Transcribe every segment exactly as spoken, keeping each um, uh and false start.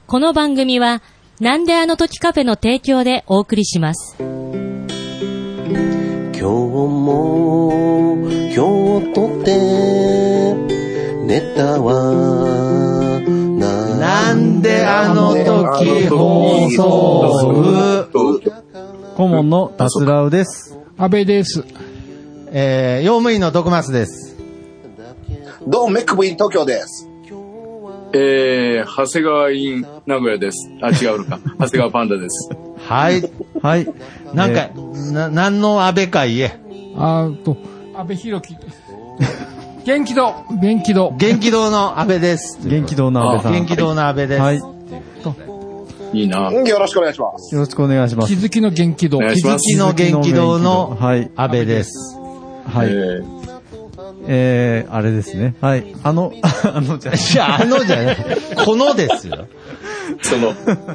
この番組はなんであの時カフェの提供でお送りします。 今日も今日とてネタはなんであの時放送部顧問の達郎です。 安倍です。 えー、用務員の徳松です。 どうもメック部員東京です。 えー、長谷川院名古屋です。あ、違うのか。長谷川パンダです。 はい。はい。なんか、えー、な、何の安倍か言え。 あーと、安倍博樹です。元気堂、元気堂。 元気堂の安倍です。 元気堂の安倍さん。 元気堂の安倍です。はい。 いいな。 よろしくお願いします。 よろしくお願いします。 気づきの元気堂。 気づきの元気堂の安倍です。 はい。えーえー、あれですね。はい。あの、あのじゃない。 いや、あのじゃない。このですよ。 その、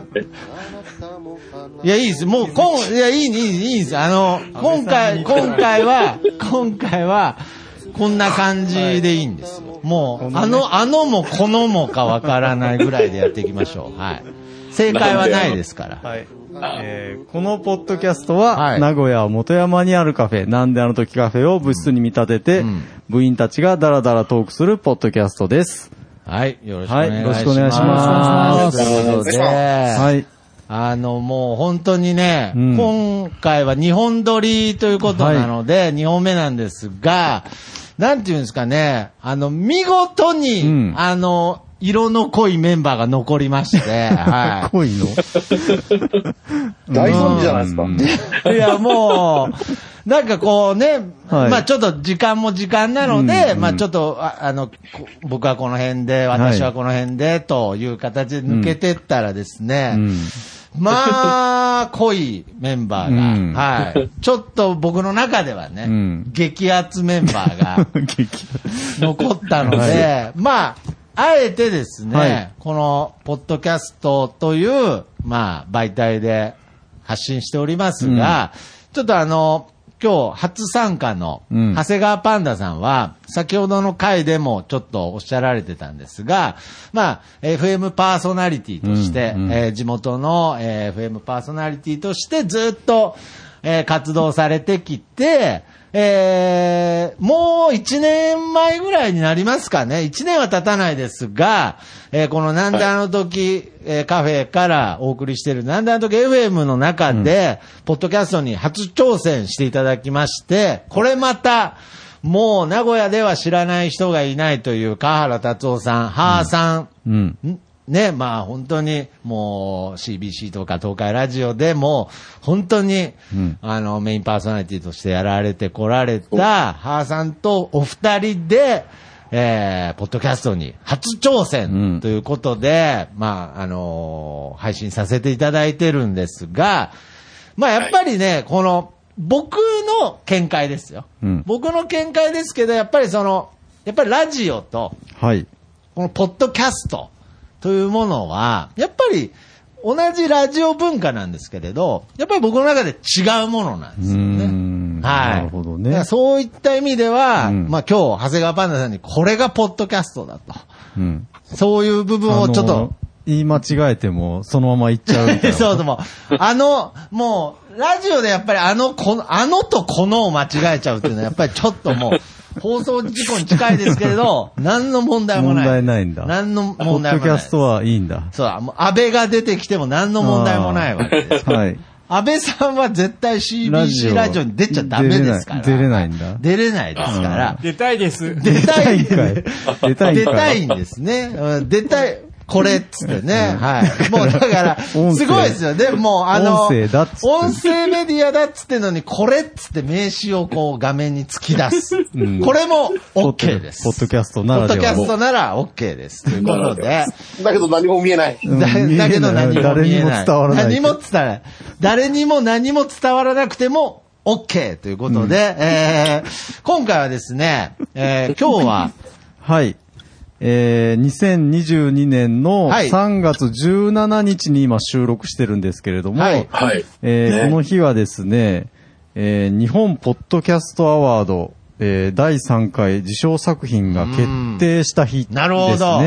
いや、いいです。もう、こん、いや、いい、いい、いいです。あの、今回、今回は、今回は、こんな感じでいいんですよ。もう、あの、あのもこのもかわからないぐらいでやっていきましょう。はい。正解はないですから。 はい。えー、このポッドキャストは、はい、名古屋元山にあるカフェ、なんであの時カフェを部室に見立てて、うん、部員たちがダラダラトークするポッドキャストです。 はい。よろしくお願いします。はい。よろしくお願いします。 ということで、はい。あの、もう本当にね、うん、今回はにほん撮りということなので、はい、にほんめなんですが、なんていうんですかね、あの、見事に、うん、あの、色の濃いメンバーが残りまして、はい。 濃いの大ゾンビじゃないですか。 いや、もう、なんかこうね、はい、まあちょっと時間も時間なので、うんうん、まあちょっと、あ, あの、僕はこの辺で、私はこの辺で、という形で抜けてったらですね、うんうんまあ、濃いメンバーが、うん、はい。ちょっと僕の中ではね、うん、激アツメンバーが残ったので、はい、まあ、あえてですね、はい、このポッドキャストという、まあ、媒体で発信しておりますが、うん、ちょっとあの、今日初参加の長谷川パンダさんは、先ほどの回でもちょっとおっしゃられてたんですが、まあ、エフエム パーソナリティとして、うんうんえー、地元の エフエム パーソナリティとしてずっと、えー、活動されてきて、えー、もう一年前ぐらいになりますかね。一年は経たないですが、えー、このなんであの時、えー、カフェからお送りしているなんであの時 エフエム の中で、うん、ポッドキャストに初挑戦していただきまして、これまた、もう名古屋では知らない人がいないという川原達夫さん、ハーさん、うんうんね、まあ本当にもう シービーシー とか東海ラジオでも本当に、うん、あのメインパーソナリティとしてやられてこられたハーさんとお二人で、えー、ポッドキャストに初挑戦ということで、うん、まああのー、配信させていただいてるんですが、まあやっぱりね、はい、この僕の見解ですよ、うん。僕の見解ですけど、やっぱりその、やっぱりラジオと、はい、このポッドキャスト、というものは、やっぱり同じラジオ文化なんですけれど、やっぱり僕の中で違うものなんですよね。はい。なるほどね。そういった意味では、うん、まあ今日、長谷川パンダさんにこれがポッドキャストだと。うん、そういう部分をちょっと。 言い間違えても、そのまま言っちゃうみたいな。 そうそう、もう、あの、もう、ラジオでやっぱりあの、この、あのとこのを間違えちゃうっていうのは、やっぱりちょっともう、放送事故に近いですけれど、何の問題もない。 問題ないんだ。 何の問題もない。 ポッドキャストはいいんだ。 そう、もう安倍が出てきても何の問題もないわけです。はい。安倍さんは絶対 シービーシー ラジオに出ちゃダメですから。 出れないんだ。 出れないですから。 出たいです。 出たい。出たい。 出たいんですね。出たい。これっつってね。はい。もうだから、すごいですよ。でも、あの、音声だっつって。音声メディアだっつってのに、これっつって名刺をこう画面に突き出す。うん、これも OK です。 ポッドキャストならポッドキャストなら OK です。ということで。 だけど何も見えない。 だ, だけど何も見えない。 誰にも伝わらない。 何も伝わらない。誰にも何も伝わらなくても OK ということで、うん、えー、今回はですね、えー、今日は、 はい。えー、にせんにじゅうにねんのさんがつじゅうしちにちに今収録してるんですけれども、はいはいえーね、この日はですね、えー、日本ポッドキャストアワード、えー、だいさんかい受賞作品が決定した日ですね。 なるほど。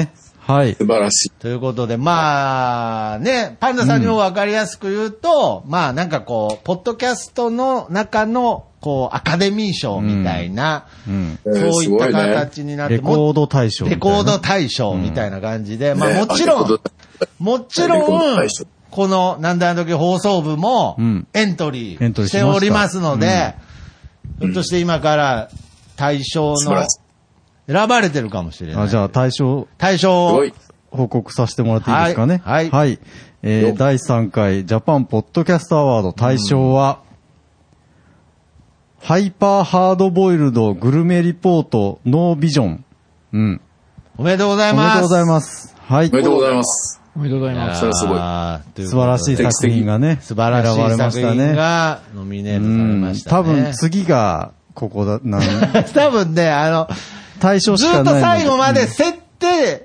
はい。 素晴らしい。 ということで、まあ、ね、パンダさんにもわかりやすく言うと、うん、まあ、なんかこう、ポッドキャストの中の、こう、アカデミー賞みたいな、うんうん、そういった形になって、 レコード大賞。 レコード大賞みたいな感じで、うん、まあ、もちろん、もちろん、この、なんであの時放送部も、エントリーしておりますので、ひょっとして今から大賞の、選ばれてるかもしれない。 あ、じゃあ大賞、 大賞を報告させてもらっていいですかね。 はい。 はい。はい、えー、だいさんかいジャパンポッドキャストアワード大賞は、うん、ハイパーハードボイルドグルメリポートノービジョン。うん。 おめでとうございます。 おめでとうございます。はい。 おめでとうございます。 おめでとうございます。 それはすごい。素晴らしい作品がね、 素晴らしい作品がノミネートされましたね。 多分次がここだ、なん多分ね、あの、 対象しかない。 ずっと最後まで競って、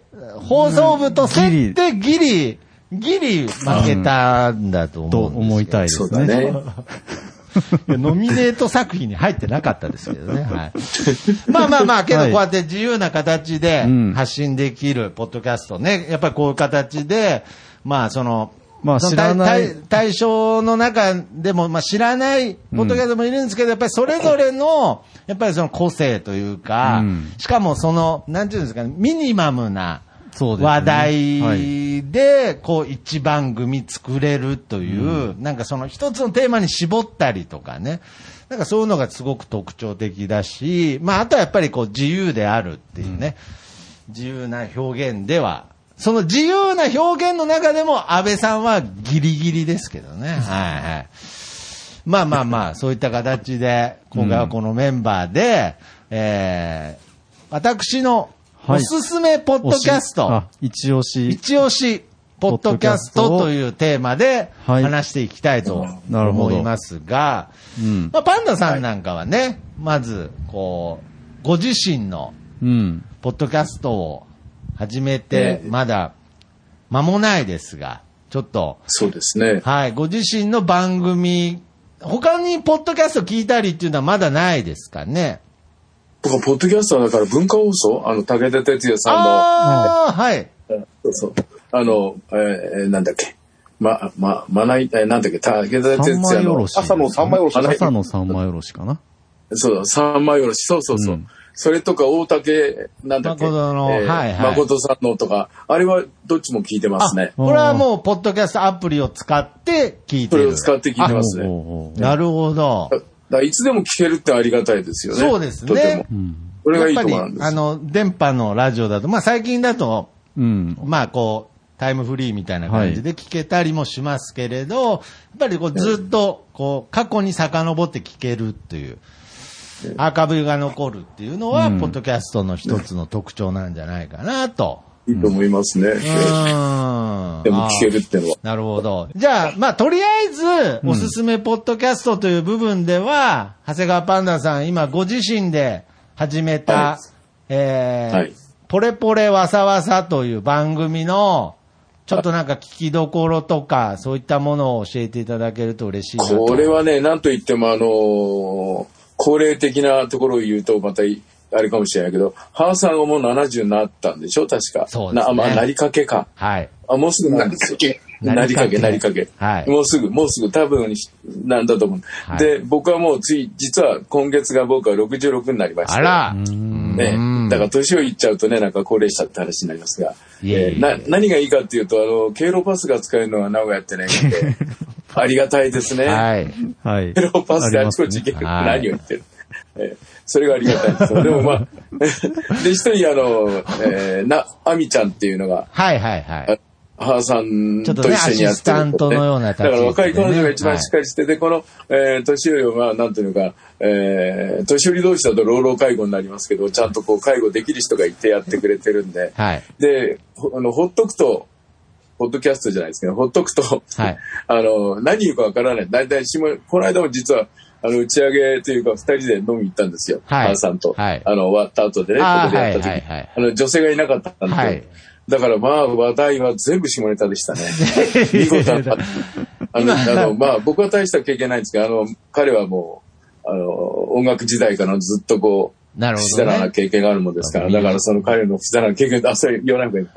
うん、放送部と競ってギリ、ギリ負けたんだと思う、うん。と思いたいですね。 そうだね。 ノミネート作品に入ってなかったですけどね。はい、まあまあまあ、けどこうやって自由な形で発信できるポッドキャストね。やっぱりこういう形で、まあその、 まあ知らない。 対象の中でも、まあ知らないポッドキャストもいるんですけど、やっぱりそれぞれの、やっぱりその個性というか、うん、しかもその、なんていうんですかね、ミニマムな話題で、こう一番組作れるという、うん、なんかその一つのテーマに絞ったりとかね、なんかそういうのがすごく特徴的だし、まああとはやっぱりこう自由であるっていうね、うん、自由な表現では、その自由な表現の中でも安倍さんはギリギリですけどね。はいはい。まあまあまあ、そういった形で、今回はこのメンバーで、うん、えー、私のおすすめポッドキャスト、はい、 一押し、 一押しポッドキャストというテーマで話していきたいと思いますが、うん、まあ、パンダさんなんかはね、まず、こう、ご自身のポッドキャストを始めて、まだ間もないですが、ちょっと、 そうですね。 はい、ご自身の番組、他にポッドキャスト聞いたりっていうのはまだないですかね。 僕はポッドキャストはだから文化放送、あの、武田鉄矢さんの。 ああ、はい。 そうそう。あの、えー、なんだっけ。ま、ま、まない、えー、なんだっけ、武田鉄矢の。 朝の三枚おろし。 朝の三枚おろしかな。 そうだ、三枚おろし。そうそうそう。うん、それとか、大竹、なんだっけ。 誠の、えー、はいはい。 誠さんのとか、あれはどっちも聞いてますね。 これはもう、ポッドキャストアプリを使って聞いてる。 それを使って聞いてますね。 なるほど。 だいつでも聞けるってありがたいですよね。 そうですね。とても。うん、 それがいいところなんです。 あの、電波のラジオだと、まあ最近だと、うん、まあこう、タイムフリーみたいな感じで聞けたりもしますけれど、はい、やっぱりこうずっと、こう、過去に遡って聞けるっていう、アーカイブが残るっていうのは、うん、ポッドキャストの一つの特徴なんじゃないかなと。 いいと思いますね。うん。でも聞けるってのは。 なるほど。じゃあ、まあ、とりあえず、おすすめポッドキャストという部分では、うん、長谷川パンダさん、今ご自身で始めた、はい、えー、はい、ポレポレわさわさという番組の、ちょっとなんか聞きどころとか、そういったものを教えていただけると嬉しいなと。 これはね、なんといってもあのー、恒例的なところを言うと、また、あれかもしれないけど、母さんがもうななじゅうになったんでしょ確か。 そうですね。 な、まあ、なりかけか。 はい。 あ、もうすぐなんですよ。なりかけ、なりかけ。はい。もうすぐ、もうすぐ、多分、なんだと思う。はい、で、僕はもうつい、実は今月が僕はろくじゅうろくになりました。 あら。 ね。だから年を言っちゃうとね、なんか高齢者って話になりますが。いえいえな、何がいいかっていうと、あの、経路パスが使えるのは名古屋ってね、ありがたいですね。はい。はい。経路パスであちこち行けるって何を言ってる。えー、それがありがたいですよ。でもまあ、で、一人あの、えー、な、アミちゃんっていうのが、 はいはいはい。 母さんと一緒にやってる、ね。 アシスタントのような立ち位置、ね。 だから若い彼女が一番しっかりしてて、はい、この、えー、年寄りは、なんていうのか、えー、年寄り同士だと老老介護になりますけど、ちゃんとこう介護できる人がいてやってくれてるんで、はい。で、あの、ほっとくと、ポッドキャストじゃないですけど、ほっとくと、はい。あの、何言うかわからない。だいたい、この間も実は、あの、打ち上げというか、二人で飲み行ったんですよ。はい。母さんと。はい。あの、終わった後でね、ここでやった時に。はいはいはい。あの、女性がいなかったんで。はい。だからまあ、話題は全部下ネタでしたね。見事だった。あの、あの、まあ、僕は大した経験ないんですけど、あの、彼はもう、あの、音楽時代からずっとこう、なるほどね。不死だらな経験があるもんですから、だからその彼の不死だらな経験、あ、それ言わない方がいいか。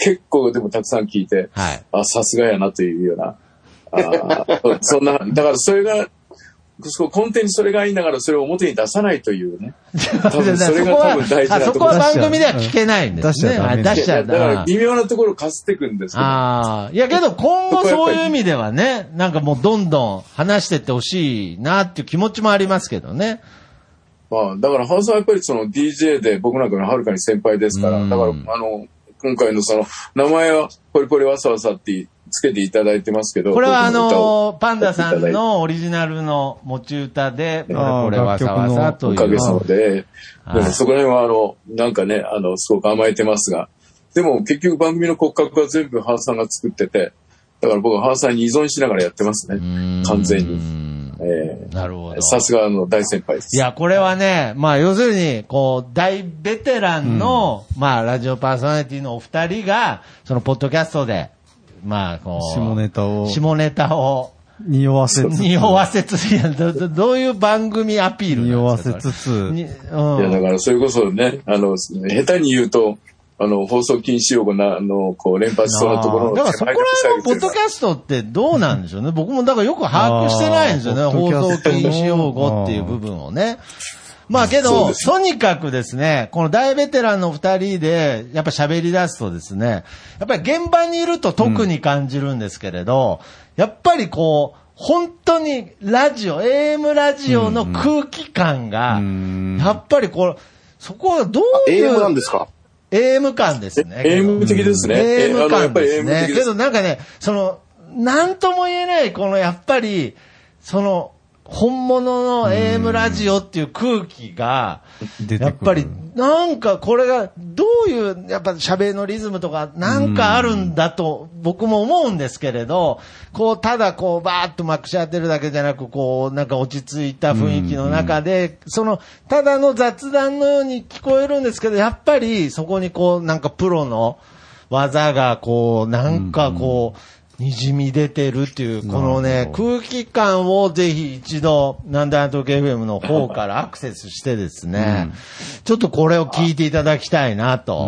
結構でもたくさん聞いて、はい、あ、さすがやなというような、あそんな、だからそれが、根底にそれがいいながらそれを表に出さないというね。多分それが多分大事なところ。 そこは番組では聞けないんですね。出しちゃう。 だから微妙なところをかすっていくんですけど。 ああ。いやけど今後そういう意味ではね、なんかもうどんどん話してってほしいなっていう気持ちもありますけどね。 まあ、だから原さんはやっぱりその ディージェー で僕なんかのはるかに先輩ですから、だからあの、今回のその名前はポリポリわさわさってつけていただいてますけど。 これはあの、パンダさんのオリジナルの持ち歌で、ポリポリわさわさという。 おかげさまで。でもそこら辺はあの、なんかね、あの、すごく甘えてますが。でも結局番組の骨格は全部原さんが作ってて、だから僕は原さんに依存しながらやってますね。完全に。えー、 なるほど。 さすがの大先輩です。 いや、これはね、まあ、要するに、こう、大ベテランの、うん、まあ、ラジオパーソナリティのお二人が、その、ポッドキャストで、まあ、こう、 下ネタを、 下ネタを、 匂わせつつ。 匂わせつつ、いや、ど、どういう番組アピール匂わせつつ。うん。 いや、だから、それこそね、あの、下手に言うと、あの、放送禁止用語な、あの、こう、連発しそうなところの。 だからそこら辺のポッドキャストってどうなんでしょうね。僕もだからよく把握してないんですよね。放送禁止用語っていう部分をね。まあけど、とにかくですね、この大ベテランの二人で、やっぱ喋り出すとですね、やっぱり現場にいると特に感じるんですけれど、うん、やっぱりこう、本当にラジオ、エーエム ラジオの空気感が、やっぱりこう、そこはどういう。 エーエム なんですか？ エーエム 感ですね。 エーエム 的ですね。 エーエム 感ですね。けどなんかね、その、なんとも言えない、このやっぱり、その、本物の エーエム ラジオっていう空気が、やっぱり、なんかこれが、どういう、やっぱ喋りのリズムとか、なんかあるんだと、僕も思うんですけれど、こう、ただこう、バーッとまくし合ってるだけじゃなく、こう、なんか落ち着いた雰囲気の中で、その、ただの雑談のように聞こえるんですけど、やっぱりそこにこう、なんかプロの技が、こう、なんかこう、滲み出てるっていう、このね、空気感をぜひ一度、なんであの時 エフエム の方からアクセスしてですね、うん、ちょっとこれを聞いていただきたいなと。うん、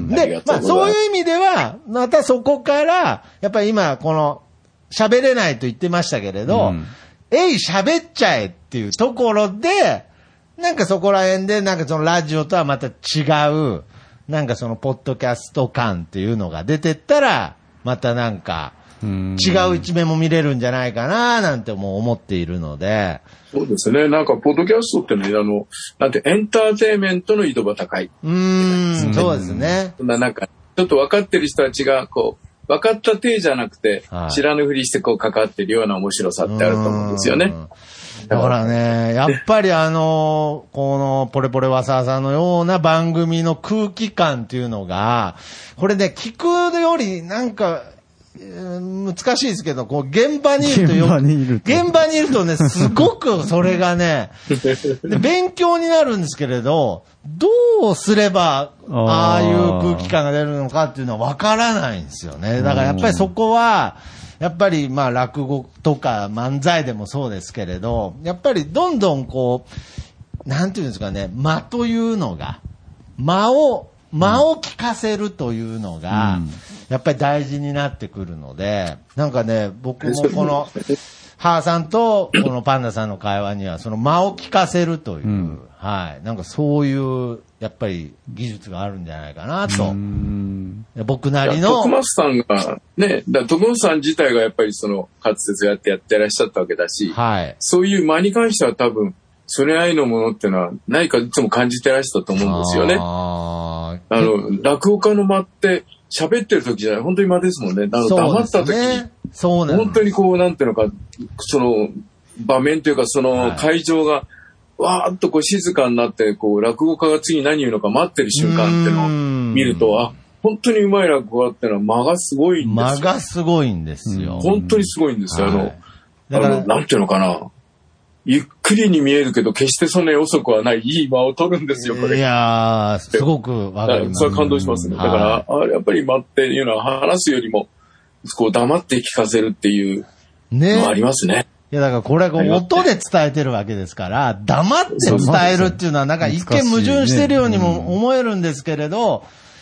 で、まあそういう意味では、またそこから、やっぱり今、この、喋れないと言ってましたけれど、うん、えい喋っちゃえっていうところで、なんかそこら辺で、なんかそのラジオとはまた違う、なんかそのポッドキャスト感っていうのが出てったら、またなんか、違う一面も見れるんじゃないかななんても思っているので。 そうですね。なんか、ポッドキャストってね、あの、なんて、エンターテインメントの井戸端会。 うーん、そうですね。 なんか、ちょっと分かってる人たちが、こう、分かった体じゃなくて、はい、知らぬふりしてこう関わってるような面白さってあると思うんですよね。 だからね、やっぱりあの、このポレポレわさわさのような番組の空気感っていうのが、これね、聞くよりなんか、難しいですけど、こう、現場にいるとよく、現場にいるとね、すごくそれがね、で勉強になるんですけれど、どうすれば、ああいう空気感が出るのかっていうのはわからないんですよね。だからやっぱりそこは、やっぱりまあ落語とか漫才でもそうですけれど、やっぱりどんどんこう、なんていうんですかね、間というのが、間を、間を聞かせるというのが、やっぱり大事になってくるので、なんかね、僕もこの、ハーさんとこのパンダさんの会話には、その間を聞かせるという、うん、はい、なんかそういう、やっぱり技術があるんじゃないかなと。僕なりの。 徳松さんが、ね、だ徳松さん自体がやっぱりその、滑舌やってやってらっしゃったわけだし、はい、そういう間に関しては多分、それ愛のものっていうのは何かいつも感じてらしたと思うんですよね。ああの、落語家の間って喋ってる時じゃない、本当に間ですもんね。あの、黙った時に、そうなんですね。本当にこう、なんていうのか、その、場面というか、その会場が、わーっとこう静かになって、こう、落語家が次何言うのか待ってる瞬間っていうのを見ると、あ、本当にうまい落語家っていうのは間がすごいんですよ。 間がすごいんですよ。 本当にすごいんですよ。あの、あの、なんていうのかな。ゆっくりに見えるけど、決してそんなに遅くはない、いい間を取るんですよ、これ。 いやー、すごくわかります。 それは感動しますね。だから、あやっぱり間っていうのは話すよりも、こう黙って聞かせるっていうのはありますね。 いや、だからこれが音で伝えてるわけですから、黙って伝えるっていうのはなんか一見矛盾してるようにも思えるんですけれど、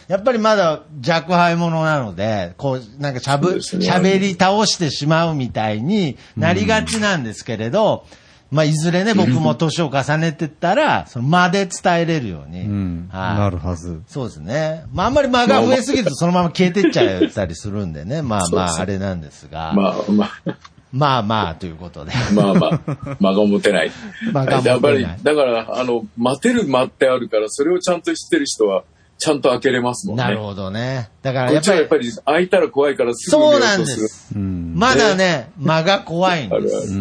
やっぱりまだ若輩者なので、こう、なんかしゃぶ、喋り倒してしまうみたいになりがちなんですけれど、うん、まあ、いずれね、僕も年を重ねてったら、その間で伝えれるように。うん、 はい、なるはず。 そうですね。まあ、あんまり間が増えすぎるとそのまま消えてっちゃったりするんでね。まあまあ、あれなんですが。 まあまあ。 まあまあ、ということで。 まあまあ、間が持てない。間が持てない。やっぱり、だから、あの、待てる間ってあるから、それをちゃんと知ってる人は、ちゃんと開けれますもんね。 なるほどね。だからやっぱり、やっぱり開いたら怖いからすぐ見ようとする。そうなんです。 うん、まだね、間が怖いんです。うん、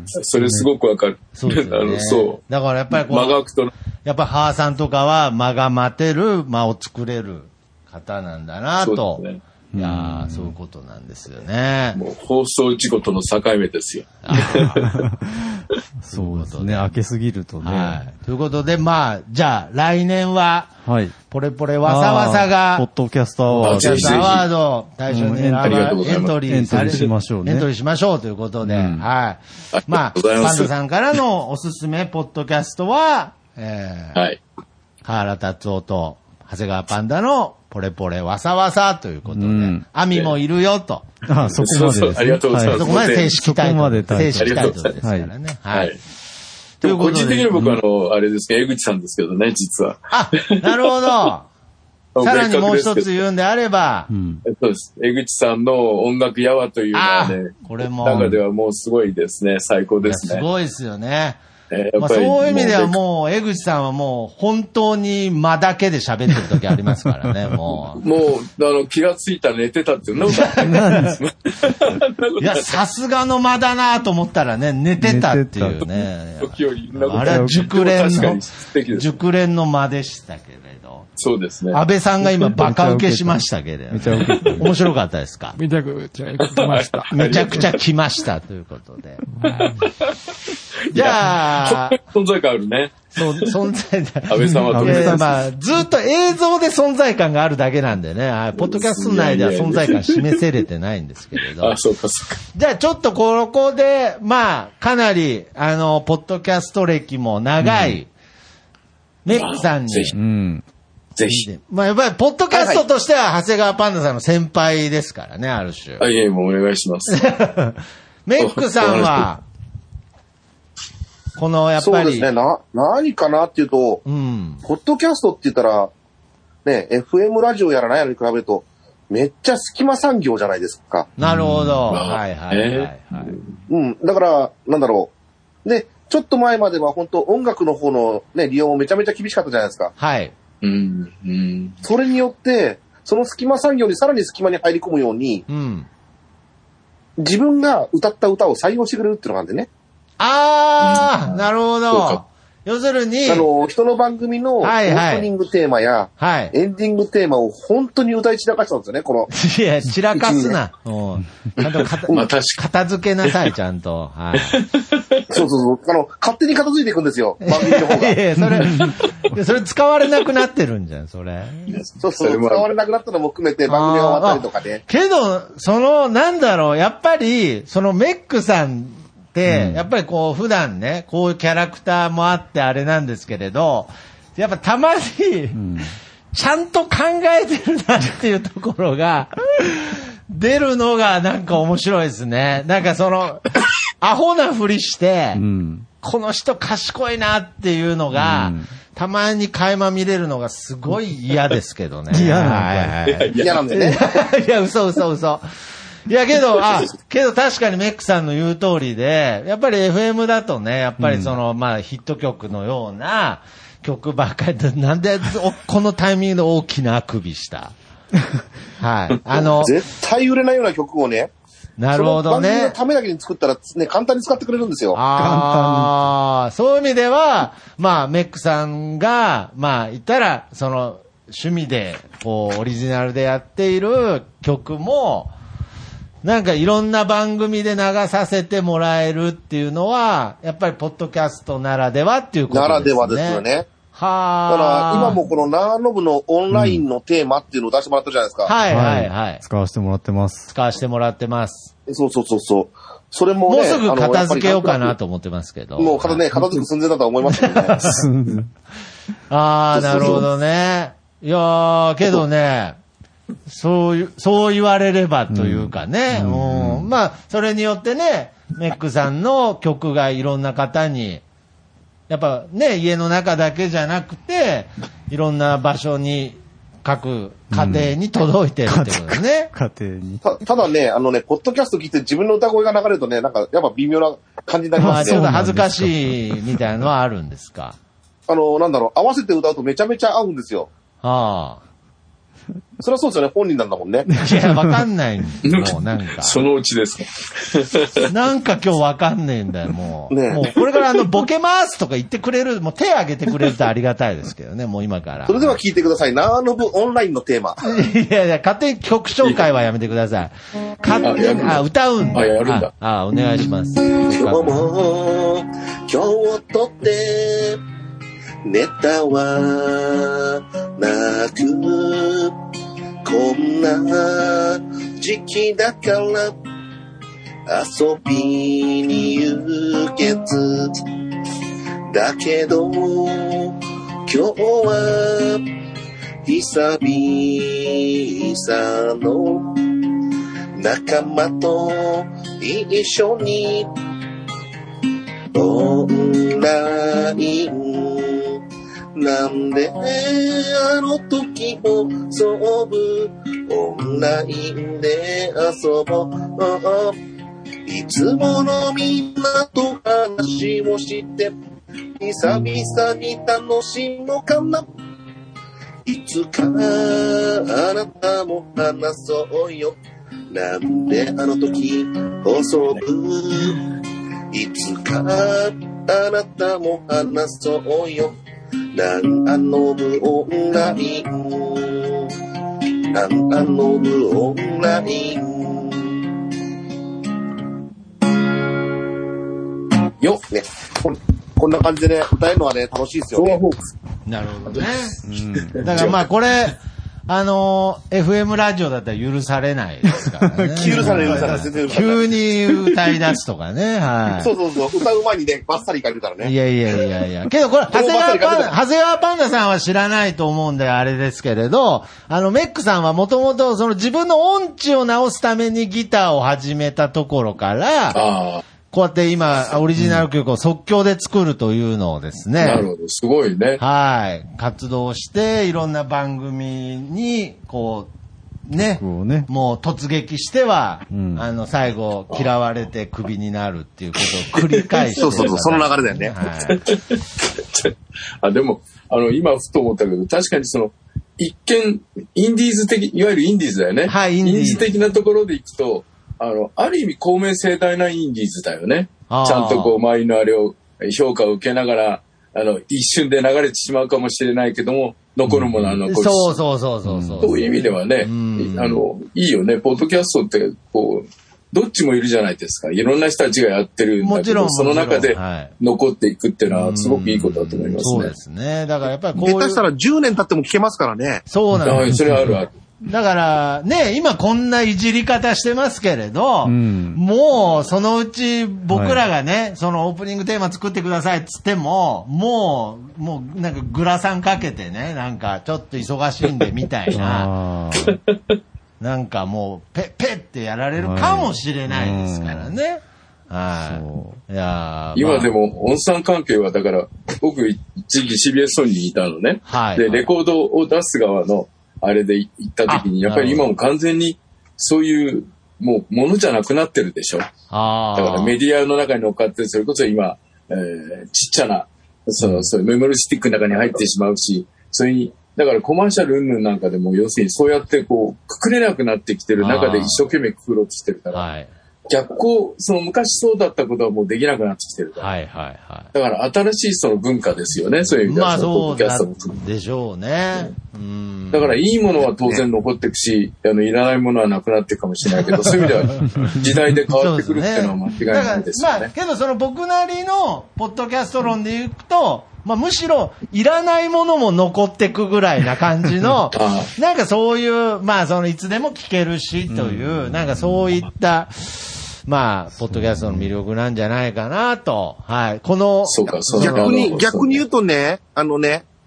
それすごくわかる。 そうですね。そう。だからやっぱりこう、間が空くと、やっぱ母さんとかは間が待てる間を作れる方なんだなと。そうですね。いやー、そういうことなんですよね。 もう放送事故との境目ですよ。 そうですね。開けすぎるとね。 はい。ということで、まあ、じゃあ、来年は、はい。ポレポレわさわさが、 ポッドキャストアワード。 ポッドキャストアワード、対象に選ばれ、エントリー、 エントリーしましょうね。 エントリーしましょうということで、はい。まあ、パンダさんからのおすすめポッドキャストは、えー、はい。河原達夫と、長谷川パンダのポレポレわさわさということで、うん、アミもいるよと。 ああ、そこまでです、ね。そうそう、 ありがとうございます。 そこまで正式タイトル。正式タイトルですからね。はい。はい、 でも個人的に僕はあの、あれですけど、江口さんですけどね、実は。 あ、なるほど。さらにもう一つ言うんであれば、 うん、そうです。江口さんの音楽やわというのはね、 これも中ではもうすごいですね、最高ですね。 すごいですよね。えーまあ、そういう意味ではもう、江口さんはもう、本当に間だけで喋ってる時ありますからね、もう。もう、あの、気がついたら寝てたっていうのいや、さすがの間だなと思ったらね、寝てたっていうね。あれは熟練の、熟練の間でしたけれど。 そうですね。 安倍さんが今バカ受けしましたけど。めちゃ受け。面白かったですか？ めちゃくちゃ来ました。 めちゃくちゃ来ましたということで。じゃあ、 存在感あるね。 そう、存在感。 安倍さんはとりあえず。 まあ、ずっと映像で存在感があるだけなんでね、ポッドキャスト内では存在感示せれてないんですけれど。 あ、そうかそうか。 じゃあちょっとここで、まあ、かなり、あの、ポッドキャスト歴も長い、メックさんに。 ぜひ。うん。ぜひ。 まあ、やっぱり、ポッドキャストとしては、長谷川パンダさんの先輩ですからね、ある種。 あ、いえ、もうお願いします。 メックさんは、この、やっぱり。 そうですね。な、何かなっていうと、うん。ポッドキャストって言ったら、ね、エフエム ラジオやらないのに比べると、めっちゃ隙間産業じゃないですか。 なるほど。はいはいはい、はい。 うん。だから、なんだろう。で、ちょっと前までは本当音楽の方のね、利用もめちゃめちゃ厳しかったじゃないですか。 はい。 うん。うん。 それによって、その隙間産業にさらに隙間に入り込むように、 うん。 自分が歌った歌を採用してくれるっていうのがあるんでね。 あー、うん、なるほど。要するに、 あの、人の番組のオープニングテーマや、 はい、 エンディングテーマを本当に歌い散らかしたんですよね、この。 いや、散らかすな。ちゃんと片、まあ、片付けなさい、ちゃんと。はい。 そうそうそう。あの、勝手に片付いていくんですよ、番組の方が。いやいや、 それ、それ使われなくなってるんじゃん、それ。 そうそう、使われなくなったのも含めて番組が終わったりとかね。 けど、その、なんだろう、やっぱり、そのメックさん、で、やっぱりこう普段ね、こういうキャラクターもあってあれなんですけれど、やっぱたまに、ちゃんと考えてるなっていうところが、出るのがなんか面白いですね。なんかその、アホなふりして、この人賢いなっていうのが、たまに垣間見れるのがすごい嫌ですけどね。 嫌なんだ。 嫌なんでね。 いや、嘘嘘嘘。いや、けど、あ、けど確かにメックさんの言う通りで、やっぱり エフエム だとね、やっぱりその、うん、まあヒット曲のような曲ばっかりで、なんでこのタイミングで大きなあくびした。はい。あの、 絶対売れないような曲をね、 なるほどね。 その番組のためだけに作ったらね、簡単に使ってくれるんですよ。 ああ、そういう意味では、まあメックさんが、まあ言ったら、その趣味で、こう、オリジナルでやっている曲も、なんかいろんな番組で流させてもらえるっていうのは、やっぱりポッドキャストならではっていうことですね。ならではですよね。はあ。 だから今もこの長野部のオンラインのテーマっていうのを出してもらったじゃないですか。 うん、はいはいはい。 使わせてもらってます。 使わせてもらってます。 そうそうそうそう。それもね。 もうすぐ片付けようかなと思ってますけど。 もう片ね、片付く寸前だとは思いますけどね。 ああ、なるほどね。 いやー、けどね、そういう、そう言われればというかね、うんうん、まあ、それによってね、メックさんの曲がいろんな方に、やっぱね、家の中だけじゃなくて、いろんな場所に、各家庭に届いてるってことですね。 うん、家庭に。 た、ただね、あのね、ポッドキャスト聞いて自分の歌声が流れるとね、なんか、やっぱ微妙な感じになりますね。まあ、 ちょっと恥ずかしいみたいなのはあるんですか。 あの、なんだろう、合わせて歌うとめちゃめちゃ合うんですよ。 ああ。 そりゃそうですよね、本人なんだもんね。 いや、わかんない。もうなんか。 そのうちですか。なんか今日わかんねえんだよ、もう。ね、もうこれからあの、ボケますとか言ってくれる、もう手挙げてくれるとありがたいですけどね、もう今から。 それでは聞いてください。ナーノブオンラインのテーマ。 いやいや、勝手に曲紹介はやめてください。勝手に、あ、歌うんだ。 あ、やるんだ。 あ、お願いします。 今日も、今日をとって、ネタはなく、こんな時期だから遊びに行けず、だけど今日は久々の仲間と一緒にオンラインなんであの時も遊ぶオンラインで遊ぼういつものみんなと話をして久々に楽しもうかないつかあなたも話そうよなんであの時遊ぶいつかあなたも話そうよなんあのぶオンラインなんあのぶオンラインよっねここんな感じでね歌えるのはね楽しいですよね。 なるほどね、うん、だからまあこれあのー、エフエム ラジオだったら許されないですからね。 許されない、許されない。全然許されない。 急に歌い出すとかね。はい。 そうそうそう。歌う前にね、バッサリいかれるからね。 いやいやいやいや。けどこれ、長谷川パンダ、長谷川パンダさんは知らないと思うんであれですけれど、あの、メックさんはもともとその自分の音痴を直すためにギターを始めたところから、あこうやって今、オリジナル曲を即興で作るというのをですね。 なるほど、すごいね。 はい。活動して、いろんな番組に、こう、ね、ねもう突撃しては、うん、あの、最後、嫌われてクビになるっていうことを繰り返して。 そうそうそう、その流れだよね。はい、 あでも、あの、今、ふと思ったけど、確かにその、一見、インディーズ的、いわゆるインディーズだよね。 はい、 インディーズ。インディーズ的なところでいくと、あの、ある意味公明正大なインディーズだよね。ちゃんとこう、周りのあれを、評価を受けながら、あの、一瞬で流れてしまうかもしれないけども、残るものは残るし。 そうそうそうそうそう。 そういう意味ではね、あの、いいよね。ポッドキャストって、こう、どっちもいるじゃないですか。いろんな人たちがやってるんだけど、もちろんその中で残っていくっていうのはすごくいいことだと思いますね。 そうですね。だからやっぱりこういう。 下手したらじゅうねん経っても聞けますからね。 そうなんです。 それはあるある。 だから、ね、今こんないじり方してますけれど、うん、もうそのうち僕らがね、はい、そのオープニングテーマ作ってくださいっつっても、もう、もうなんかグラサンかけてね、なんかちょっと忙しいんでみたいな、なんかもうペッペッってやられるかもしれないですからね。はい。いや今、まあ、でも、音産関係はだから、僕一時期 シービーエス ソニーにいたのね。はい。で、レコードを出す側の、あれで行った時に、やっぱり今も完全にそういうもうものじゃなくなってるでしょ。あだからメディアの中に乗っかって、それこそ今、えー、ちっちゃな、その、そういうメモリスティックの中に入ってしまうし、それに、だからコマーシャル云々なんかでも、要するにそうやってこう、くくれなくなってきてる中で一生懸命くくろうとしてるから、はい、逆光、その昔そうだったことはもうできなくなってきてるから。はいはいはい。だから新しいその文化ですよね、そういう意味では。 まあそうでしょうね。 うん。だからいいものは当然残っていくし、あの、いらないものはなくなっていくかもしれないけど、そういう意味では時代で変わってくるっていうのは間違いないですよね。 まあ、けどその僕なりのポッドキャスト論でいくと、まあ、むしろいらないものも残っていくぐらいな感じの、なんかそういう、まあそのいつでも聞けるしという、なんかそういった、まあ、ポッドキャストの魅力なんじゃないかなと。はい。この、 そうか、そうか。逆に、逆に言うとね、あのね、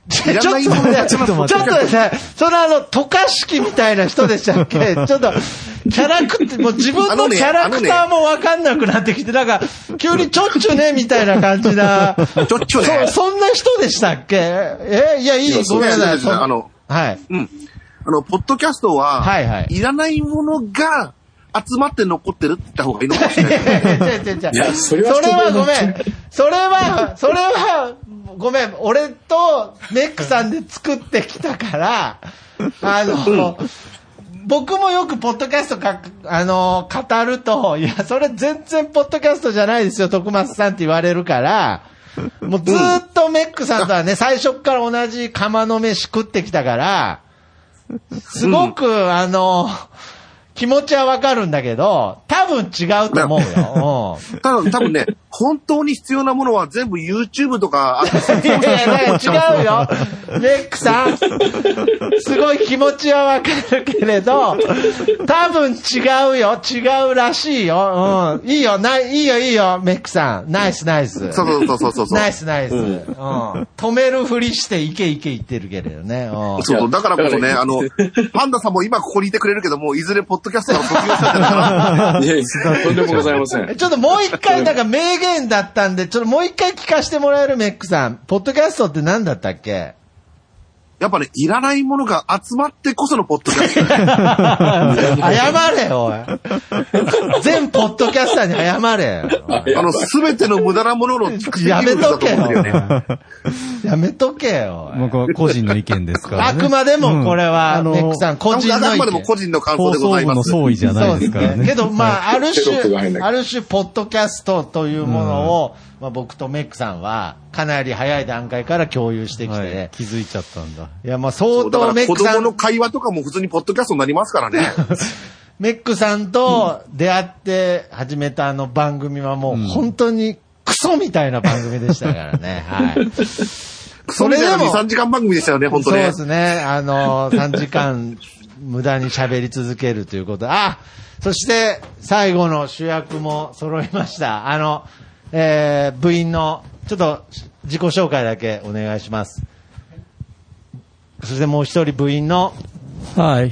ちょっとね、ちょっと待って。ちょっとね、そのあの、渡嘉敷みたいな人でしたっけちょっと、キャラクター、もう自分のキャラクターもわかんなくなってきて、なんか、急にちょっちゅね、みたいな感じな。 ちょっちゅね。 そ、そんな人でしたっけえ、いや、いい、ごめんなさい。 あの、 はい。 うん。あの、ポッドキャストは、はいはい。いらないものが、集まって残ってるって言った方がいいのかもしれない。 いや、それは、 それはごめん。それは、それは、ごめん。俺とメックさんで作ってきたから、あの、うん、僕もよくポッドキャストか、あの、語ると、いや、それ全然ポッドキャストじゃないですよ、徳松さんって言われるから、もうずーっとメックさんとはね、最初から同じ釜の飯食ってきたから、すごく、うん、あの、気持ちはわかるんだけど、多分違うと思うよ。うん、 多分、多分ね、本当に必要なものは全部 YouTube とか、 いやいや、違うよ。メックさん。すごい気持ちはわかるけれど、多分違うよ。違うらしいよ。うん。いいよ、ない、いいよ、いいよ、メックさん。ナイス、ナイス。 そうそうそうそう。 ナイス、ナイス。うん。止めるふりして、いけいけ言ってるけれどね。うん。 そう、だからこそね、あの、パンダさんも今ここにいてくれるけども、いずれポッドキャストから卒業したんじゃないかな。いや、とんでもございません。 ちょっともう一回、なんか名言だったんで、ちょっともう一回聞かせてもらえるメックさん。ポッドキャストって何だったっけ？ やっぱね、いらないものが集まってこそのポッドキャスト。 謝れよ、おい。全ポッドキャスターに謝れよ。あの、すべての無駄なもののやめとけよ。やめとけよ。 僕は個人の意見ですからね。 あくまでもこれは、うん、メックさん個人の意見。 あくまでも個人の感想でございます。 放送部の総意じゃないですからね。 けど、まあ、ある種、ある種、ポッドキャストというものを、うんまあ、僕とメックさんはかなり早い段階から共有してきて、はい、 気づいちゃったんだ。 いや、まあ相当メックさん。 子供の会話とかも普通にポッドキャストになりますからね。 メックさんと出会って始めたあの番組はもう本当にクソみたいな番組でしたからね。はい。 それでもに、さんじかん番組でしたよね、本当に、ね。 そうですね。あの、さんじかん無駄に喋り続けるということ。あ、そして最後の主役も揃いました。あの、えー、部員の、ちょっと自己紹介だけお願いします。そしてもう一人部員の、 はい。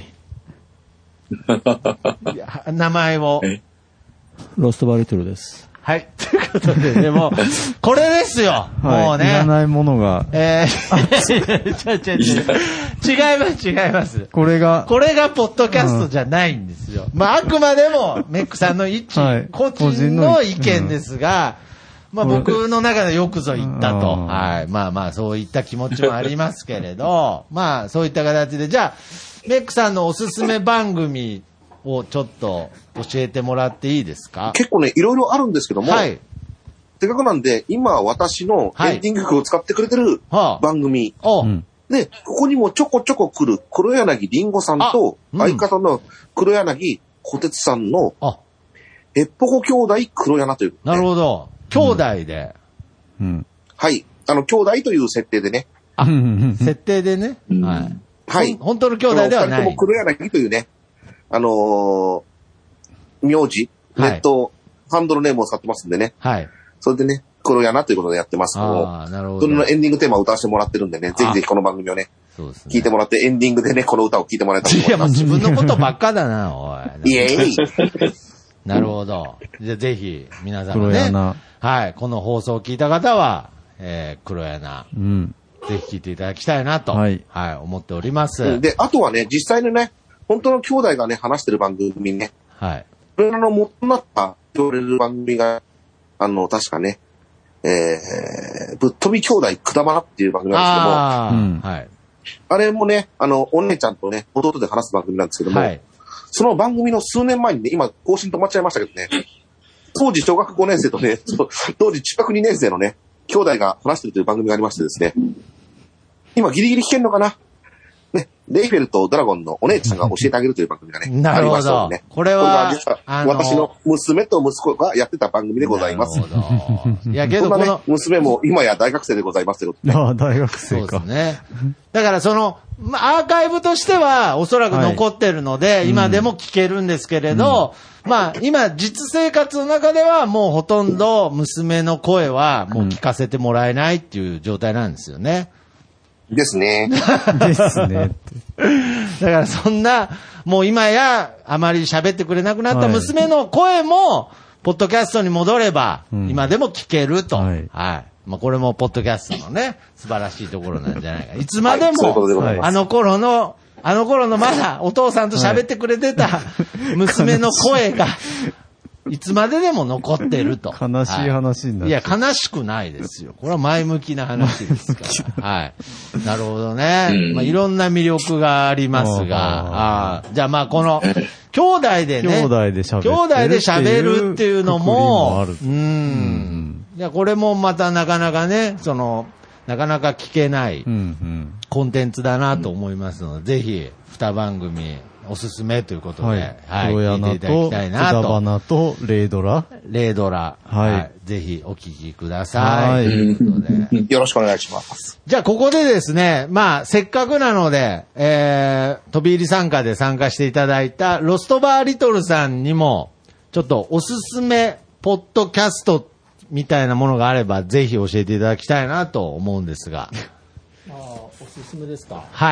名前を。 ロストバリトルです。 はい。ということで、でも、これですよ。はい、もうね。 いらないものが。 えー、違う違う違う。違います、違います。 これが。 これがポッドキャストじゃないんですよ。うん、まあ、あくまでも、メックさんの一、はい、個人の意見ですが、うん、まあ、僕の中でよくぞ言ったと。はい。まあまあ、そういった気持ちもありますけれど、まあ、そういった形で、じゃあ、メックさんのおすすめ番組をちょっと教えてもらっていいですか？ 結構ね、いろいろあるんですけども、はい。せっかくなんで、今私のエンディング曲を使ってくれてる番組。はい、で、ここにもちょこちょこ来る黒柳りんごさんと、相方の黒柳小鉄さんの、へっぽこ兄弟黒柳という、ね。 なるほど。兄弟で、 うん。うん。はい。あの、兄弟という設定でね。 あ、設定でね。うん、はい。はい。本当の兄弟ではない。 二人とも黒柳というね、あのー、名字、ネット、ハンドルネームを使ってますんでね。はい。それでね、黒柳ということでやってますけども。ああ、なるほど。それのエンディングテーマを歌わせてもらってるんでね、ぜひぜひこの番組をね、そうですね。聞いてもらって、エンディングでね、この歌を聞いてもらえたらと思います。 いや、もう自分のことばっかだな、おい。 イエーイ。 なるほど。じゃあぜひ、皆さんもね。はい。この放送を聞いた方は、えー、黒柳。うん。ぜひ聞いていただきたいなと。はい。はい。思っております。 で、あとはね、実際にね、本当の兄弟がね、話してる番組ね。はい。それらの元になった言われる番組が、あの、確かね、えー、ぶっ飛び兄弟くだばなっていう番組なんですけども。ああ、うん。はい。あれもね、あの、お姉ちゃんとね、弟で話す番組なんですけども。はい。その番組の数年前にね、今更新止まっちゃいましたけどね、当時小学ごねん生とね、当時中学にねん生のね、兄弟が話してるという番組がありましてですね、今ギリギリ聞けんのかなね、レイフェルとドラゴンのお姉ちゃんが教えてあげるという番組がね、ありましたのでね。 これは、 あのー、私の娘と息子がやってた番組でございます。いや、けどこの、ね、娘も今や大学生でございますよ、 ね。ああ、大学生か。 そうですね。だからその、まあ、アーカイブとしてはおそらく残ってるので、はい、今でも聞けるんですけれど、うん、まあ、今実生活の中ではもうほとんど娘の声はもう聞かせてもらえないっていう状態なんですよね。 ですね。 ですね。 だからそんな、もう今やあまり喋ってくれなくなった娘の声も、ポッドキャストに戻れば、今でも聞けると。はい。はい。まあこれもポッドキャストのね、素晴らしいところなんじゃないか。いつまでも、はい、あの頃の、あの頃のまだお父さんと喋ってくれてた娘の声が、いつまででも残ってると。 悲しい話になる、 はい。いや、悲しくないですよ。これは前向きな話ですから。はい。なるほどね。うん、まあ、いろんな魅力がありますが、あじゃあまあこの、兄弟でね、 兄弟で喋る。 兄弟で喋るっていうのも、うん。うん、いや、これもまたなかなかね、その、なかなか聞けないコンテンツだなと思いますので、うんうん、ぜひ、二番組、おすすめということで、はい。はい、聞いていただきたいなと。 草花とレイドラ。 レイドラ。はい。はい、ぜひお聞きください。はい。ということで。 よろしくお願いします。 じゃあ、ここでですね、まあ、せっかくなので、えー、飛び入り参加で参加していただいた、ロストバーリトルさんにも、ちょっとおすすめ、ポッドキャストみたいなものがあれば、ぜひ教えていただきたいなと思うんですが。 ああ、おすすめですか。 はい。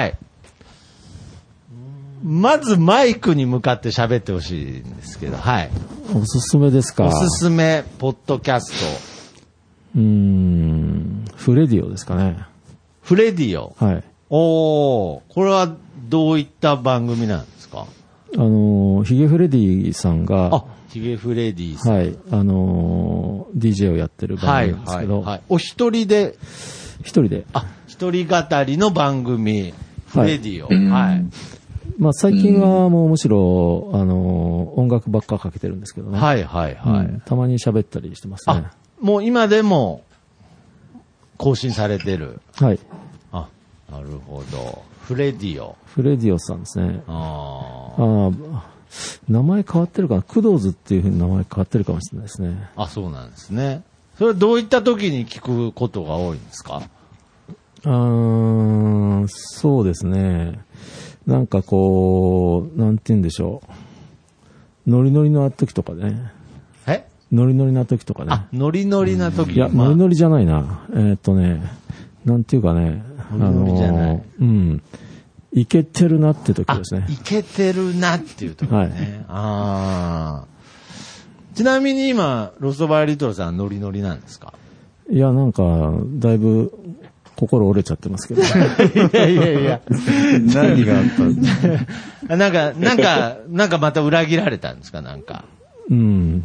まずマイクに向かって喋ってほしいんですけど、はい。 おすすめですか。 おすすめ、ポッドキャスト。 うーん、フレディオですかね。 フレディオ。 はい。 おー、これはどういった番組なんですか？ あの、ヒゲフレディさんが、 あ、ヒゲフレディさん。 はい、あの、ディージェー をやってる番組なんですけど、はいはいはい、 お一人で、 一人で。 あ、一人語りの番組、フレディオ。はい。はい、 まあ最近はもうむしろ、あの、音楽ばっかかけてるんですけどね。 はいはいはい。 うん、たまに喋ったりしてますね。 あ、もう今でも更新されてる。 はい。 あ、なるほど。フレディオ。 フレディオさんですね。 ああ。名前変わってるかな、クドーズっていうふうに名前変わってるかもしれないですね。 あ、そうなんですね。それはどういった時に聞くことが多いんですか？ あー、そうですね。なんかこう、なんて言うんでしょう。ノリノリの時とかね。 え？ ノリノリな時とかね。 あ、ノリノリな時。 いや、ノリノリじゃないな。えー、っとね、なんていうかね。 ノリノリじゃない。あのー、 うん。いけてるなって時ですね。 いけてるなっていう時ね。はい、あちなみに今、ロストバーリトルさんノリノリなんですか？ いや、なんか、だいぶ、心折れちゃってますけど。いやいやいや。 何があったんですかなんか、なんか、なんかまた裏切られたんですかなんか。 うん、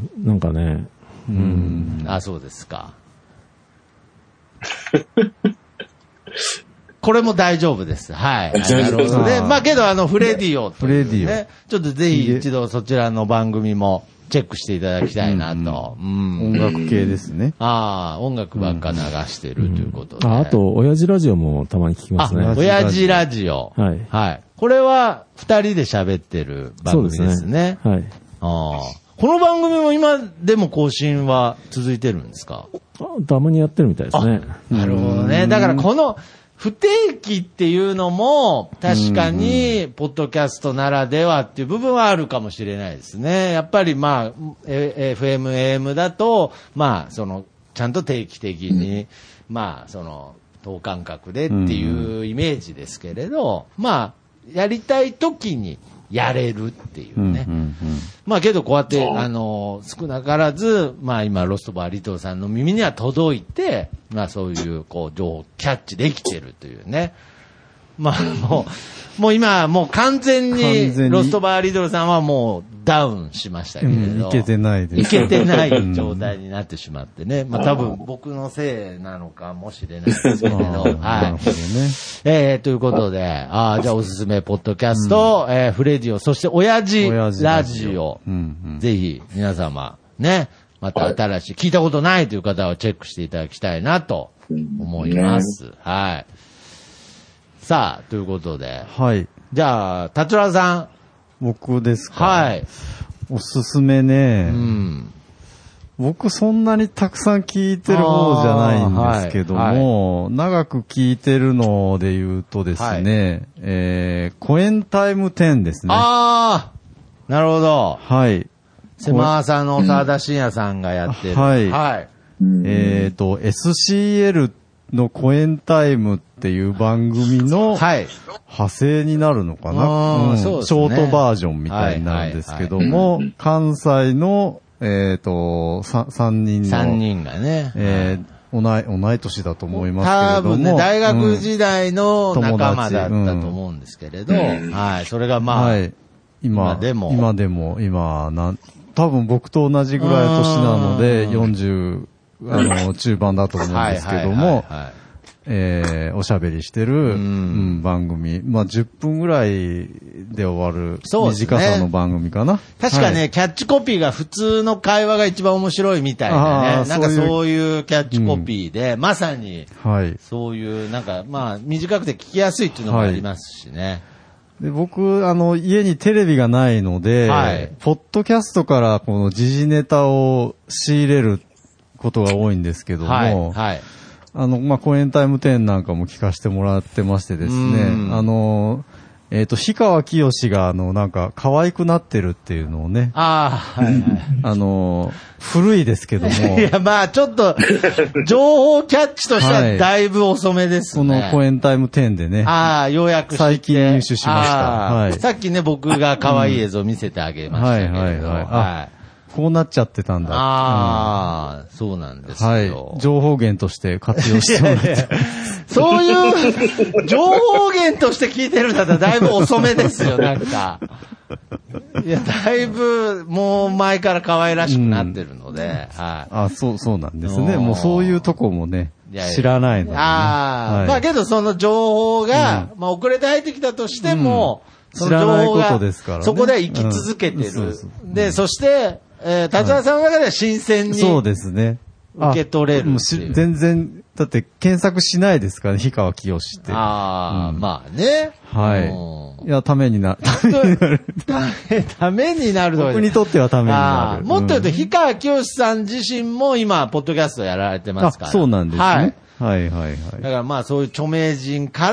なんかね。 うん。あ、そうですか。これも大丈夫です。はい。なるほどね。まあけど、あの、フレディオ、ね。 フレディオ。 ちょっとぜひ一度そちらの番組もチェックしていただきたいなと。 うんうん、音楽系ですね。 ああ、音楽ばっか流してるということで。 うん、あ, あと、親父ラジオもたまに聞きますね。 あ、親父ラジオ。 はい。 はい。これは二人で喋ってる番組ですね。そうですね。はい。ああ。この番組も今でも更新は続いてるんですか？ たまにやってるみたいですね。 なるほどね。だからこの不定期っていうのも確かにポッドキャストならではっていう部分はあるかもしれないですね。やっぱりまあ エフエム、エーエム だとまあそのちゃんと定期的にまあその等間隔でっていうイメージですけれど、まあやりたい時にやれるっていうね。うんうんうん、まあけどこうやって、あの、少なからず、まあ今、ロストバーリトルさんの耳には届いて、まあそういう、こう、情報をキャッチできてるというね。まあもう、もう今、もう完全に、ロストバーリトルさんはもうダウンしましたけれど。うん、 いけてないです。 いけてない状態になってしまってね。まあ多分僕のせいなのかもしれないですけれど。はい。なるほどね。えー、ということで、ああ、じゃあおすすめポッドキャスト、うん、えー、フレディオ、そして親父ラジオ。うんうん、ぜひ皆様、ね、また新しい、聞いたことないという方はチェックしていただきたいなと思います。はい。さあ、ということで。 はい。 じゃあ、達郎さん。 僕ですか？ はい。 おすすめね。 うん。 僕そんなにたくさん聞いてる方じゃないんですけども、はいはい、長く聞いてるので言うとですね、はい、えー、コエンタイムテンですね。 ああ、なるほど。 はい。 セマーさんの沢田信也さんがやってる。 はい。はい。えっと、エスシーエルのコエンタイムっていう番組の派生になるのかな、はいうんそうですね、ショートバージョンみたいになるんですけども、はいはいはい、関西の、えっ、ー、と、さんにんの。 さんにんがね。 えー同い、同い年だと思いますけれども。多分ね、 大学時代の仲間だったと思うんですけれど、うん、はい、それがまあ、はい、 今、今でも、今でも、今、なん、多分僕と同じぐらい年なので、よんじゅう、あの、中盤だと思うんですけども、はいはいはいはいえー、おしゃべりしてる、うんうん、番組。まあ、じゅっぷんぐらいで終わる、短さの番組かな。 確かね、はい、キャッチコピーが普通の会話が一番面白いみたいなね。なんかそういうキャッチコピーで、うん、まさに、はい、そういう、なんか、まあ、短くて聞きやすいっていうのもありますしね。はいで僕、あの、家にテレビがないので、はい、ポッドキャストからこの時事ネタを仕入れることが多いんですけども、はいはいあの、まあ、コエンタイムテンなんかも聞かせてもらってましてですね、あの、えっ、ー、と、氷川きよしが、あの、なんか、可愛くなってるっていうのをね、 ああ、はいはい、 あの、古いですけども。 いや、まあ、ちょっと、情報キャッチとしてはだいぶ遅めですね。 このコエンタイムテンでね。 ああ、ようやく最近入手しました。はい。 さっきね、僕が可愛い映像を見せてあげましたけど、うん、はいはいはい。はいこうなっちゃってたんだ。 ああ、うん、そうなんですよ。はい。 情報源として活用してもらって。 そういう、情報源として聞いてるんだったらだいぶ遅めですよ、なんか。いや、だいぶ、もう前から可愛らしくなってるので、うん、はい。 あ、そう、そうなんですね。もうそういうとこもね、いやいや知らないので、ね。 ああ、はい、まあけどその情報が、うん、まあ遅れて入ってきたとしても、 うん、その情報が、ね、 そこでは生き続けてる。うん、そうそうで、そして、えー、立川さんの中では新鮮に、 そうですね。 受け取れる全然、だって検索しないですからね、氷川きよしって。 ああ、うん、まあね。 はい。いや、ためになる。ためになる。 ためになると。 僕にとってはためになる。 もっと言うと、氷川きよしさん自身も今、ポッドキャストやられてますから。 あ、そうなんですね。はい。はいはいはい。 だからまあそういう著名人から、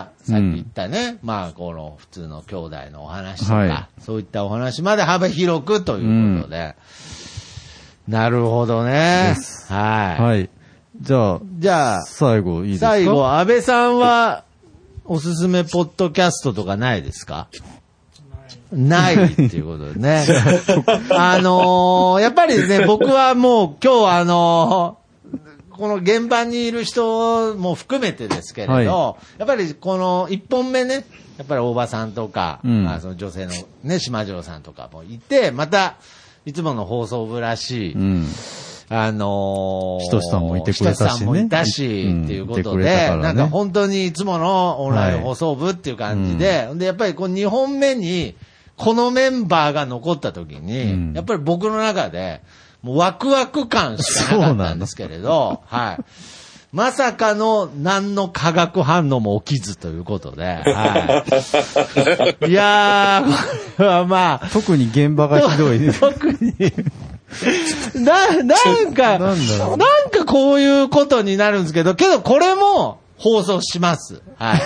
さっき言ったね、うん、まあこの普通の兄弟のお話とか、はい、そういったお話まで幅広くということで。うん、なるほどね。はい。 はい。じゃあ、じゃあ、最後いいですか？ 最後、安倍さんは、おすすめポッドキャストとかないですか？ないっていうことでね。あのー、やっぱりね、僕はもう今日あのー、この現場にいる人も含めてですけれど、はい、やっぱりこの一本目ね、やっぱり大場さんとか、うん、まあその女性のね、島城さんとかもいて、また、いつもの放送部らしい、うん、あのー、 ひとしさんもいてくれたしね。ひとしさんもいたし、うん、っていうことで、ね、なんか本当にいつものオンライン放送部っていう感じで、はいうん、で、やっぱりこうにほんめに、このメンバーが残った時に、うん、やっぱり僕の中で、もうワクワク感しかなかったんですけれど、はい。まさかの何の化学反応も起きずということで、はい。いやー、これはまあ。 特に現場がひどいね。 特に。な、なんか、なんだろう、なんかこういうことになるんですけど、けどこれも放送します。はい。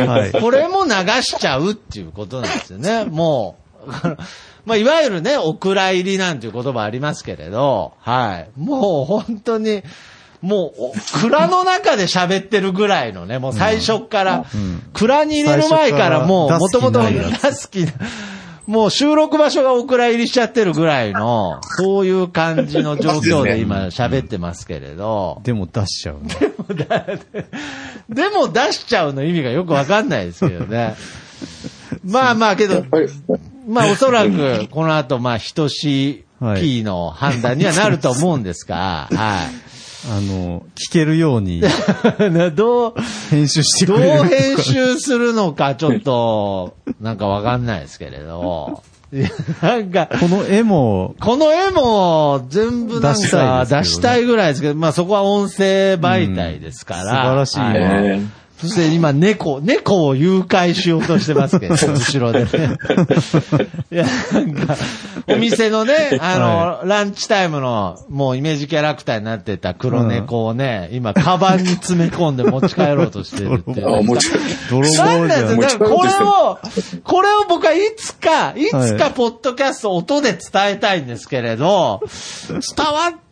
はい、これも流しちゃうっていうことなんですよね、もう。まあ、いわゆるね、お蔵入りなんていう言葉ありますけれど、はい。もう本当に、もう、蔵の中で喋ってるぐらいのね、もう最初から、うん、蔵に入れる前からもう、もともと出す気な、もう収録場所がお蔵入りしちゃってるぐらいの、そういう感じの状況で今喋ってますけれど。 でも出しちゃう、ね。 でもだ、でも出しちゃうの意味がよくわかんないですけどね。まあまあけど、まあおそらくこの後まあひとし P の判断にはなると思うんですが、はい。 あの、聞けるように。 どう、 編集してくれるのか。 どう編集するのかちょっと、なんかわかんないですけれど。なんか、 この絵も、 この絵も全部なんか出したいぐらいですけど、まあそこは音声媒体ですから。うん、素晴らしいね。はい、 そして今猫、猫を誘拐しようとしてますけど、後ろでね。いや、なんか、お店のね、あの、はい、ランチタイムの、もうイメージキャラクターになってた黒猫をね、うん、今、カバンに詰め込んで持ち帰ろうとしてるっていう。 あ、持ち帰る。 泥棒じゃん。だからこれを、これを僕はいつか、いつかポッドキャスト音で伝えたいんですけれど、伝わっ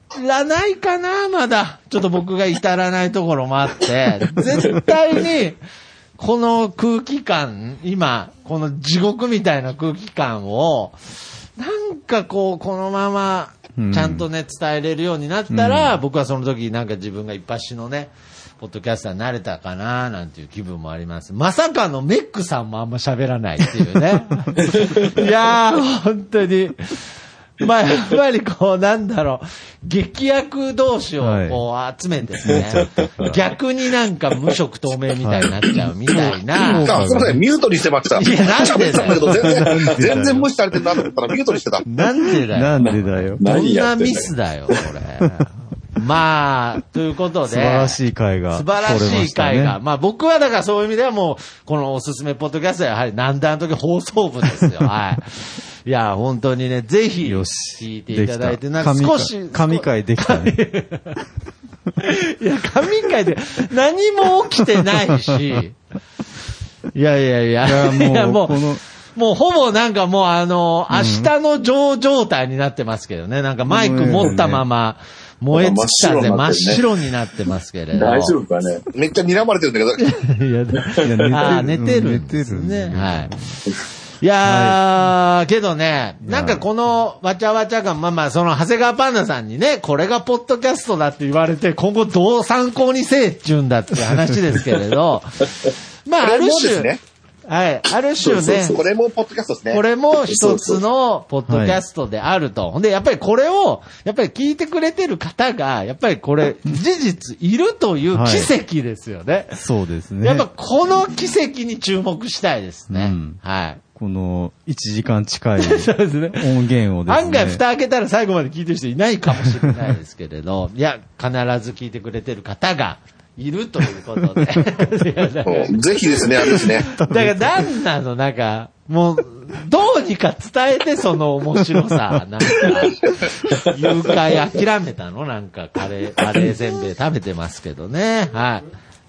らないかな、まだ。ちょっと僕が至らないところもあって、絶対に、この空気感、今、この地獄みたいな空気感を、なんかこう、このまま、ちゃんとね、伝えれるようになったら、うん、僕はその時なんか自分が一発のね、ポッドキャスターになれたかな、なんていう気分もあります。まさかのメックさんもあんま喋らないっていうね。いやー、本当に。まあ、やっぱりこう、なんだろう、劇薬同士をこう集めてね、はい、逆になんか無色透明みたいになっちゃうみたいな。 あ、すみません、ミュートにしてました。 いや、なんでだよ。 全然、全然無視されてるなと思ったらミュートにしてた。 なんでだよ。 なんでだよ。 どんなミスだよ、これ。まあ、ということで。素晴らしい回が、 ね。素晴らしい回が。まあ僕はだからそういう意味ではもう、このおすすめポッドキャストはやはりなんだあの時放送部ですよ。はい。いや、本当にね、ぜひ、聞いていただいて、なんか少し。 神回できたね。 いや、神回で何も起きてないし。いやいやいや。いや、もう、いやもうこのもうほぼなんかもうあの、明日の上状態になってますけどね。なんかマイク持ったまま、燃え尽きたんで真っ白になってますけれど。 大丈夫かね。 めっちゃ睨まれてるんだけど。いや、ああ、寝てるんですね。はい。いやー、けどね、なんかこのわちゃわちゃ感、まあまあ、その長谷川パンダさんにね、これがポッドキャストだって言われて、今後どう参考にせえっちゅうんだって話ですけれど、まあ、ある種、はい。ある種ね。そうそうこれもポッドキャストですね。 これも一つのポッドキャストであると。ほんで、やっぱりこれを、やっぱり聞いてくれてる方が、やっぱりこれ、事実いるという奇跡ですよね。 はい、そうですね。 やっぱこの奇跡に注目したいですね。うん、はい。 このいちじかん近い音源をですね。 案外蓋開けたら最後まで聞いてる人いないかもしれないですけれど、いや、必ず聞いてくれてる方が、いるということで。 ぜひですね、あれですね。 だからなんなの、なんか、もう、どうにか伝えて、その面白さ。なんか、誘拐諦めたのなんか、カレー、カレーせんべい食べてますけどね。はい。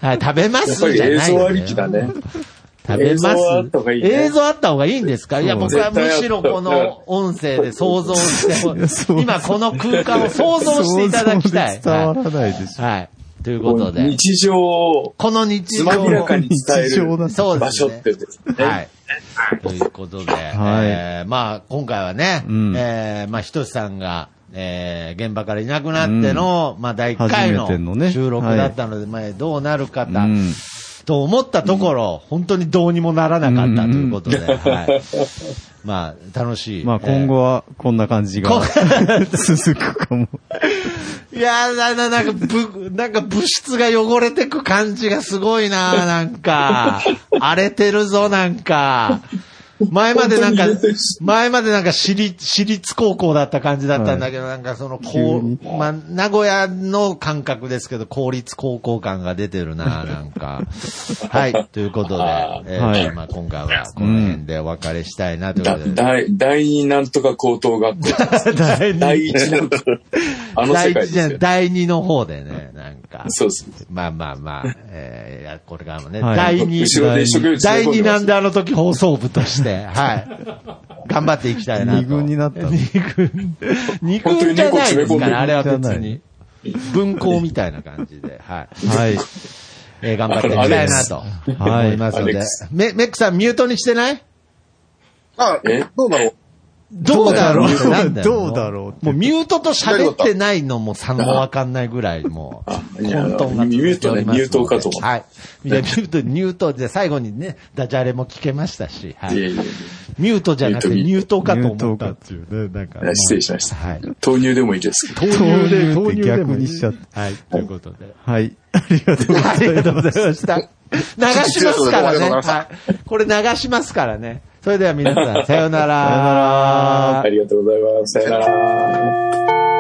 はい、食べますじゃない、ね。 映像ありきだね。 食べます。 いいね、 映像あった方がいいんですか？いや、僕はむしろこの音声で想像して、今この空間を想像していただきたい。 伝わらないでしょ。 はい。ということで。 日常を。 この日常を。 つまびらかに伝える場所ってですね。 はい。ということで、はいえー、まあ今回はね、うん、えー、まあひとしさんが、えー、現場からいなくなっての、うん、まあだいいっかいの収録だったので、ねはい、まあどうなるかと、うんと思ったところ、うん、本当にどうにもならなかったということで、うんうんはい、まあ楽しい。 まあ今後はこんな感じが続くかも。 いやーな、なんかぶ、なんか物質が汚れてく感じがすごいな、なんか。荒れてるぞ、なんか。前までなんか、前までなんか私立、私立高校だった感じだったんだけど、はい、なんかその、こう、まあ、名古屋の感覚ですけど、公立高校感が出てるな、なんか。はい、ということで、えーはい、まあ今回はこの辺でお別れしたいなということで。 第、第二なんとか高等学校。第二。第一なんとか。あの世界ですよ。 第二の方でね、なんか。 そうですね。 まあまあまあ、えー、これからもね、はい、第二、第二なんであの時放送部として、はい。頑張っていきたいなと。 二軍になった。 二軍。二軍じゃないですから、あれは別に。文校みたいな感じで、はい。 はい。 えー、頑張っていきたいなと思いますので。メメックさんミュートにしてない？ あ、えどうだろうどうだろうなんだよ。 どうだろうもうミュートと喋ってないのも差もわかんないぐらい、もう、混沌がミュートね、ミュートかと思う。はい。いや、ミュート、ミュートで最後にね、ダジャレも聞けましたし、はい。いやいやいやミュートじゃなくてミュートかと思ったっていうね、なんか。 失礼しました。はい。豆乳でもいいです。 豆乳で、豆乳で逆にしちゃった。 はい。ということで。 はい。ありがとうございました。 ありがとうございました。流しますからね。はい。これ流しますからね。それでは皆さん、さようなら。さようなら。 ありがとうございます。さようなら。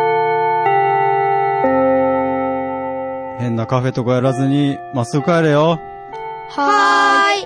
変なカフェとかやらずに、まっすぐ帰れよ。 はーい。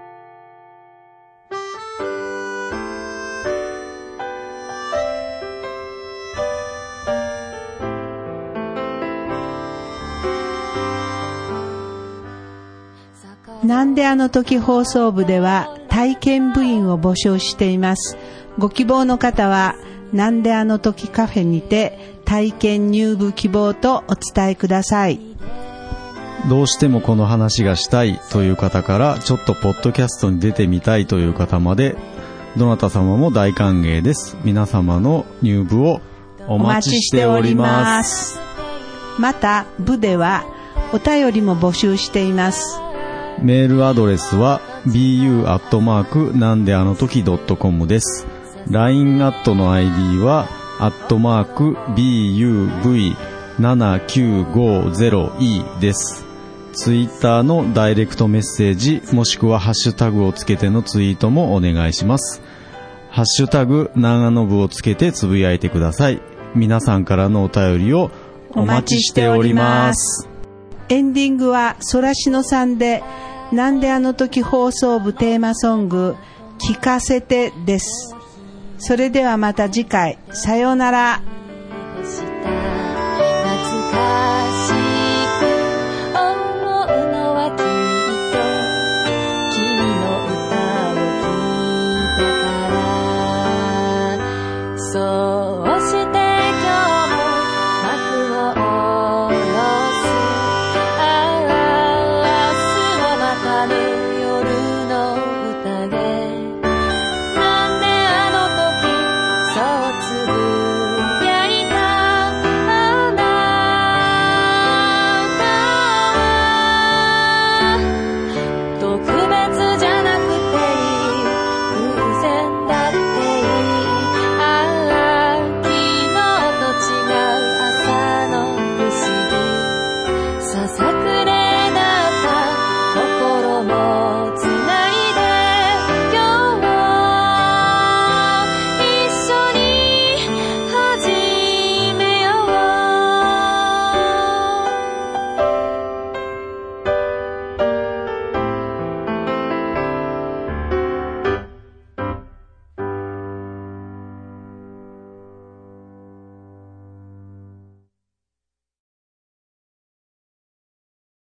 なんであの時放送部では体験部員を募集しています。ご希望の方はなんであの時カフェにて体験入部希望とお伝えください。 どうしてもこの話がしたいという方から、ちょっとポッドキャストに出てみたいという方まで、どなた様も大歓迎です。皆様の入部をお待ちしております。 また、部ではお便りも募集しています。 メールアドレスは ビーユー アットマーク なんであの時 ドットコム です。ライン アットの アイディー はアットマーク ビーユーブイななきゅうごゼロイー です。ツイッターのダイレクトメッセージもしくはハッシュタグをつけてのツイートもお願いします。ハッシュタグ長野部をつけてつぶやいてください。皆さんからのお便りをお待ちしております。 エンディングはソラシノさんでなんであの時放送部テーマソング聞かせてです。それではまた次回、さようなら。